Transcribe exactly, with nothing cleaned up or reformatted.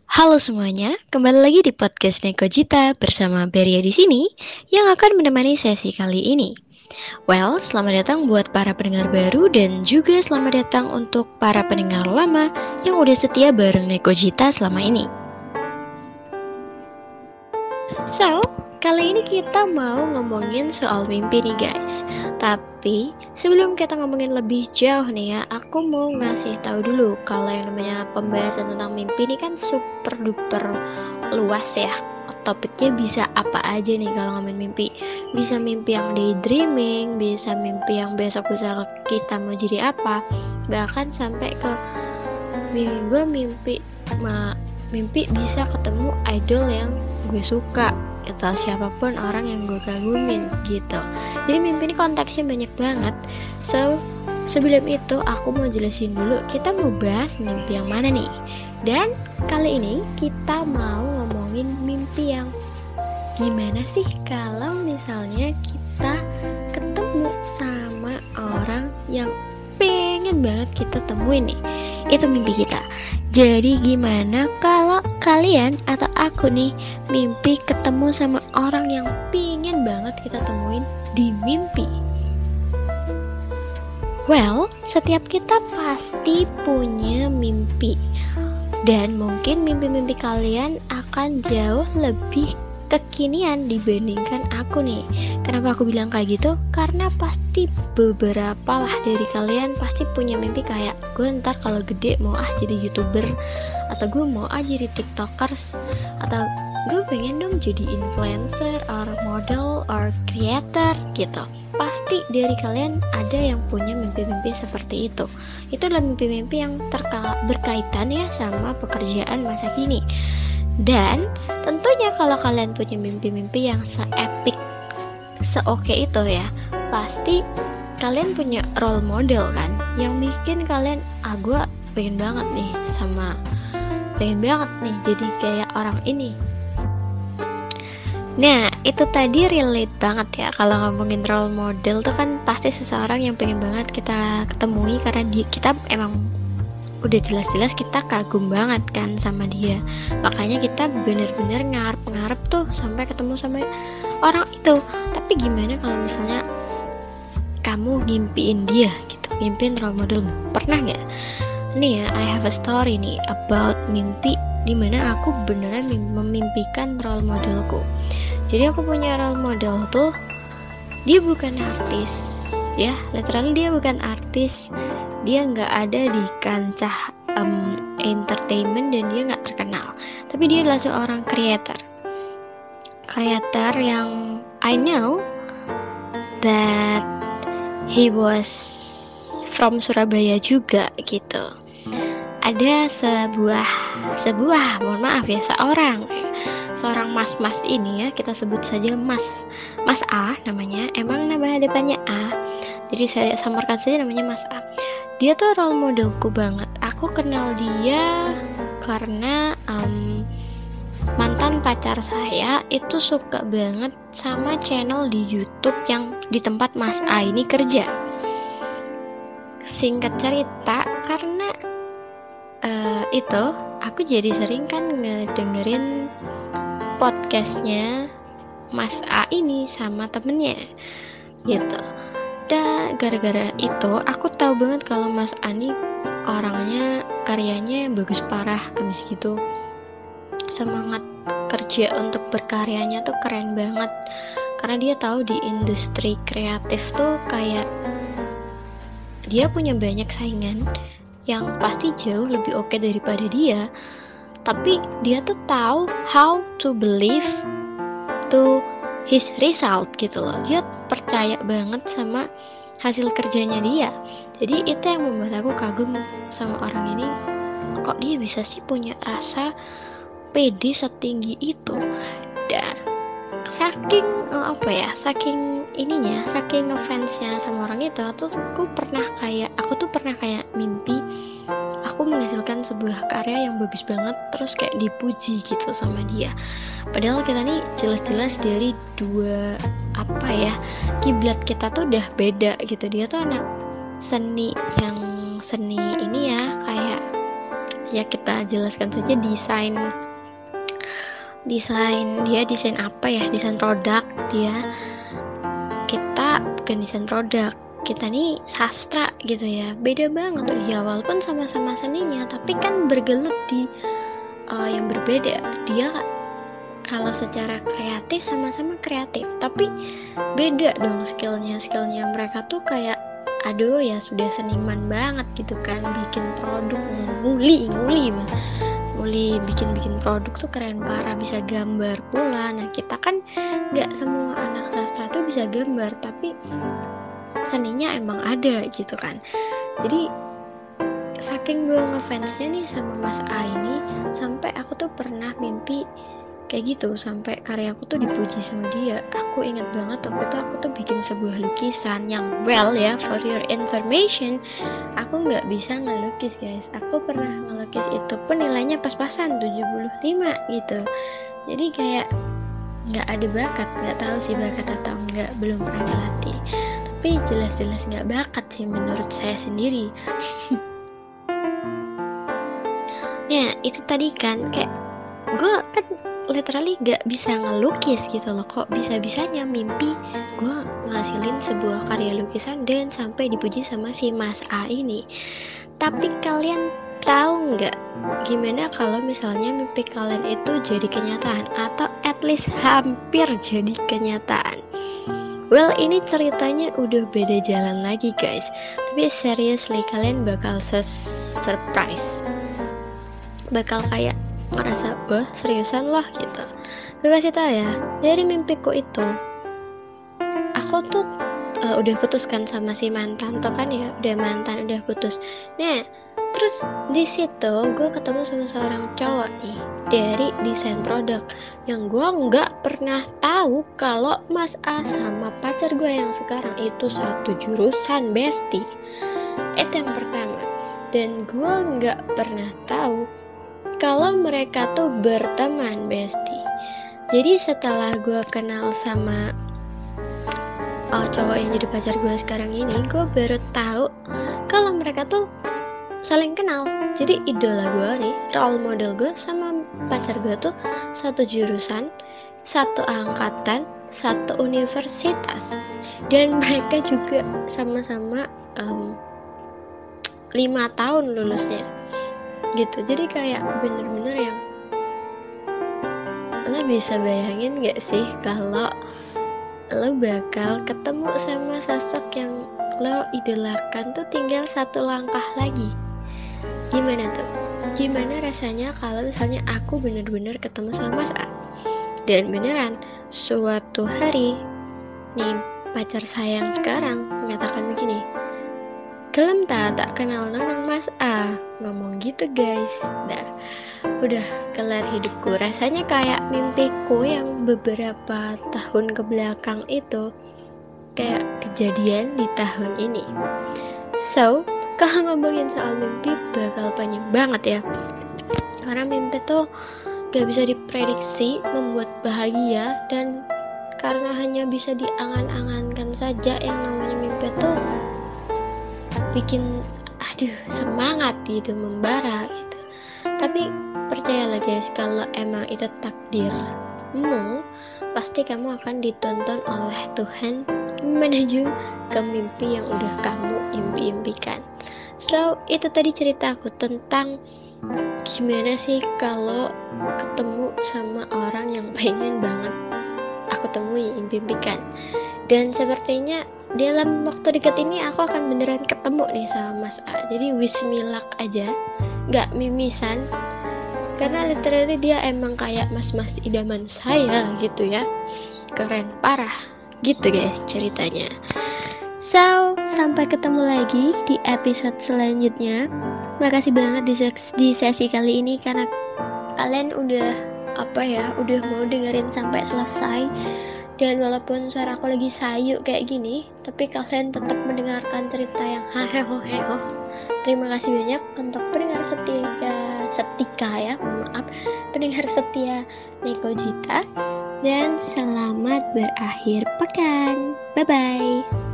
Halo semuanya, kembali lagi di podcast Nekojita bersama Beria di sini yang akan menemani sesi kali ini. Well, selamat datang buat para pendengar baru dan juga selamat datang untuk para pendengar lama yang udah setia bareng Nekojita selama ini. So, kali ini kita mau ngomongin soal mimpi nih guys. Tapi sebelum kita ngomongin lebih jauh nih ya, aku mau ngasih tahu dulu kalau yang namanya pembahasan tentang mimpi ini kan super duper luas ya. Topiknya bisa apa aja nih kalau ngomongin mimpi. Bisa mimpi yang daydreaming, bisa mimpi yang besok besok kita mau jadi apa, bahkan sampai ke mimpi gue mimpi ma, mimpi bisa ketemu idol yang gue suka atau siapapun orang yang gue kagumin gitu. Jadi mimpi ini konteksnya banyak banget. So sebelum itu aku mau jelasin dulu kita mau bahas mimpi yang mana nih. Dan kali ini kita mau ngomongin mimpi yang gimana sih kalau misalnya kita ketemu sama orang yang pengen banget kita temuin nih. Itu mimpi kita. Jadi gimana kalau kalian atau aku nih mimpi ketemu sama orang yang pengen banget kita temuin di mimpi? Well, setiap kita pasti punya mimpi. Dan mungkin mimpi-mimpi kalian akan jauh lebih kekinian dibandingkan aku nih. Kenapa aku bilang kayak gitu? Karena pasti beberapa lah dari kalian pasti punya mimpi kayak gue ntar kalau gede mau ah jadi youtuber, atau gue mau ah jadi tiktokers, atau gue pengen dong jadi influencer or model or creator gitu. Pasti dari kalian ada yang punya mimpi-mimpi seperti itu. Itu adalah mimpi-mimpi yang terka- berkaitan ya sama pekerjaan masa kini. Dan tentunya kalau kalian punya mimpi-mimpi yang se-epic, se-oke itu ya, pasti kalian punya role model kan, yang bikin kalian, ah gue pengen banget nih sama, pengen banget nih jadi kayak orang ini. Nah, itu tadi relate banget ya. Kalau ngomongin role model tuh kan pasti seseorang yang pengen banget kita ketemui karena dia, kita emang udah jelas-jelas kita kagum banget kan sama dia. Makanya kita bener-bener ngarep-ngarep tuh sampai ketemu sama orang itu. Tapi gimana kalau misalnya kamu ngimpiin dia gitu, ngimpiin role model? Pernah gak? Nih ya, I have a story nih about mimpi dimana aku beneran memimpikan role modelku. Jadi aku punya role model tuh, dia bukan artis ya, literally dia bukan artis, dia nggak ada di kancah um, entertainment dan dia nggak terkenal, tapi dia adalah seorang creator creator yang I know that he was from Surabaya juga gitu. Ada sebuah sebuah mohon maaf ya seorang seorang mas-mas ini ya, kita sebut saja mas mas A namanya, emang nama depannya A, jadi saya samarkan saja namanya Mas A. Dia tuh role modelku banget. Aku kenal dia karena um, mantan pacar saya itu suka banget sama channel di YouTube yang di tempat Mas A ini kerja. Singkat cerita, karena uh, itu aku jadi sering kan ngedengerin podcastnya Mas A ini sama temennya gitu. Dan gara-gara itu aku tahu banget kalau Mas A ini orangnya karyanya bagus parah. Abis gitu semangat kerja untuk berkaryanya tuh keren banget, karena dia tahu di industri kreatif tuh kayak dia punya banyak saingan yang pasti jauh lebih oke daripada dia. Tapi dia tuh tahu how to believe to his result gitu loh. Dia percaya banget sama hasil kerjanya dia. Jadi itu yang membuat aku kagum sama orang ini. Kok dia bisa sih punya rasa pede setinggi itu. Dan saking uh, apa ya, saking ininya, saking ngefansnya sama orang itu, tuh aku pernah kayak aku tuh pernah kayak mimpi aku menghasilkan sebuah karya yang bagus banget, terus kayak dipuji gitu sama dia. Padahal kita nih jelas-jelas dari dua apa ya, kiblat kita tuh udah beda gitu. Dia tuh anak seni yang seni ini ya, kayak ya kita jelaskan saja desain desain dia desain apa ya, desain produk dia. Kita bukan desain produk, kita nih sastra gitu ya, beda banget tuh ya, walaupun sama-sama seninya tapi kan bergelut di uh, yang berbeda. Dia kalau secara kreatif sama-sama kreatif, tapi beda dong skillnya skillnya mereka tuh kayak aduh ya sudah seniman banget gitu kan, bikin produk nguli nguli mah nguli bikin-bikin produk tuh keren parah, bisa gambar pula. Nah kita kan nggak semua anak sastra tuh bisa gambar, tapi seninya emang ada gitu kan. Jadi saking gue ngefansnya nih sama Mas A ini, sampai aku tuh pernah mimpi kayak gitu, sampai karyaku tuh dipuji sama dia. Aku ingat banget waktu itu aku tuh bikin sebuah lukisan yang well ya, for your information, aku nggak bisa ngelukis guys. Aku pernah ngelukis itu pun nilainya pas-pasan tujuh puluh lima gitu. Jadi kayak nggak ada bakat, nggak tahu sih bakat atau nggak, belum pernah dilatih. Tapi jelas-jelas nggak bakat sih menurut saya sendiri. Ya itu tadi kan kayak gue kan literally gak bisa ngelukis gitu loh, kok bisa-bisanya mimpi gue ngasilin sebuah karya lukisan dan sampai dipuji sama si Mas A ini. Tapi kalian tahu nggak gimana kalau misalnya mimpi kalian itu jadi kenyataan, atau at least hampir jadi kenyataan? Well, ini ceritanya udah beda jalan lagi guys, tapi seriously kalian bakal surprise, bakal kayak merasa wah seriusan lah gitu. Gue kasih tau ya, dari mimpiku itu aku tuh uh, udah putus kan sama si mantan tuh kan ya, udah mantan udah putus. Nah terus di situ gue ketemu sama seorang cowok nih dari desain produk, yang gue nggak pernah tahu kalau Mas A sama pacar gue yang sekarang itu satu jurusan bestie. Itu yang pertama. Dan gue nggak pernah tahu kalau mereka tuh berteman bestie. Jadi setelah gue kenal sama oh, cowok yang jadi pacar gue sekarang ini, gue baru tahu kalau mereka tuh saling kenal. Jadi idola gue nih, role model gue sama pacar gue tuh satu jurusan, satu angkatan, satu universitas, dan mereka juga sama-sama um, lima tahun lulusnya gitu. Jadi kayak bener-bener yang lo bisa bayangin gak sih kalau lo bakal ketemu sama sosok yang lo idolakan tuh tinggal satu langkah lagi. Gimana tuh? Gimana rasanya kalau misalnya aku bener-bener ketemu sama Mas A, dan beneran suatu hari nih pacar saya yang sekarang mengatakan begini, "Kelem tak tak kenal nonong Mas A," ngomong gitu guys. Dah, udah kelar hidupku. Rasanya kayak mimpiku yang beberapa tahun ke belakang itu kayak kejadian di tahun ini. So, kalau ngomongin soal mimpi bakal panjang banget ya, karena mimpi tuh gak bisa diprediksi membuat bahagia, dan karena hanya bisa diangan-angankan saja, yang namanya mimpi tuh bikin aduh semangat gitu, membara gitu. Tapi percayalah guys, kalau emang itu takdirmu, pasti kamu akan ditonton oleh Tuhan menuju ke mimpi yang udah kamu impi-impikan. So itu tadi ceritaku tentang gimana sih kalau ketemu sama orang yang pengen banget aku temui, impi-impikan. Dan sepertinya dalam waktu dekat ini aku akan beneran ketemu nih sama Mas A. Jadi wish me luck aja, gak mimisan, karena literally dia emang kayak mas-mas idaman saya gitu ya. Keren parah gitu guys ceritanya. So, sampai ketemu lagi di episode selanjutnya. Makasih banget di, ses- di sesi kali ini karena kalian udah apa ya, udah mau dengerin sampai selesai. Dan walaupun suara aku lagi sayu kayak gini, tapi kalian tetap mendengarkan cerita yang haheho-heho. Terima kasih banyak untuk pendengar setia setika ya, maaf, pendengar setia Neko Jita. Dan selamat berakhir pekan. Bye bye.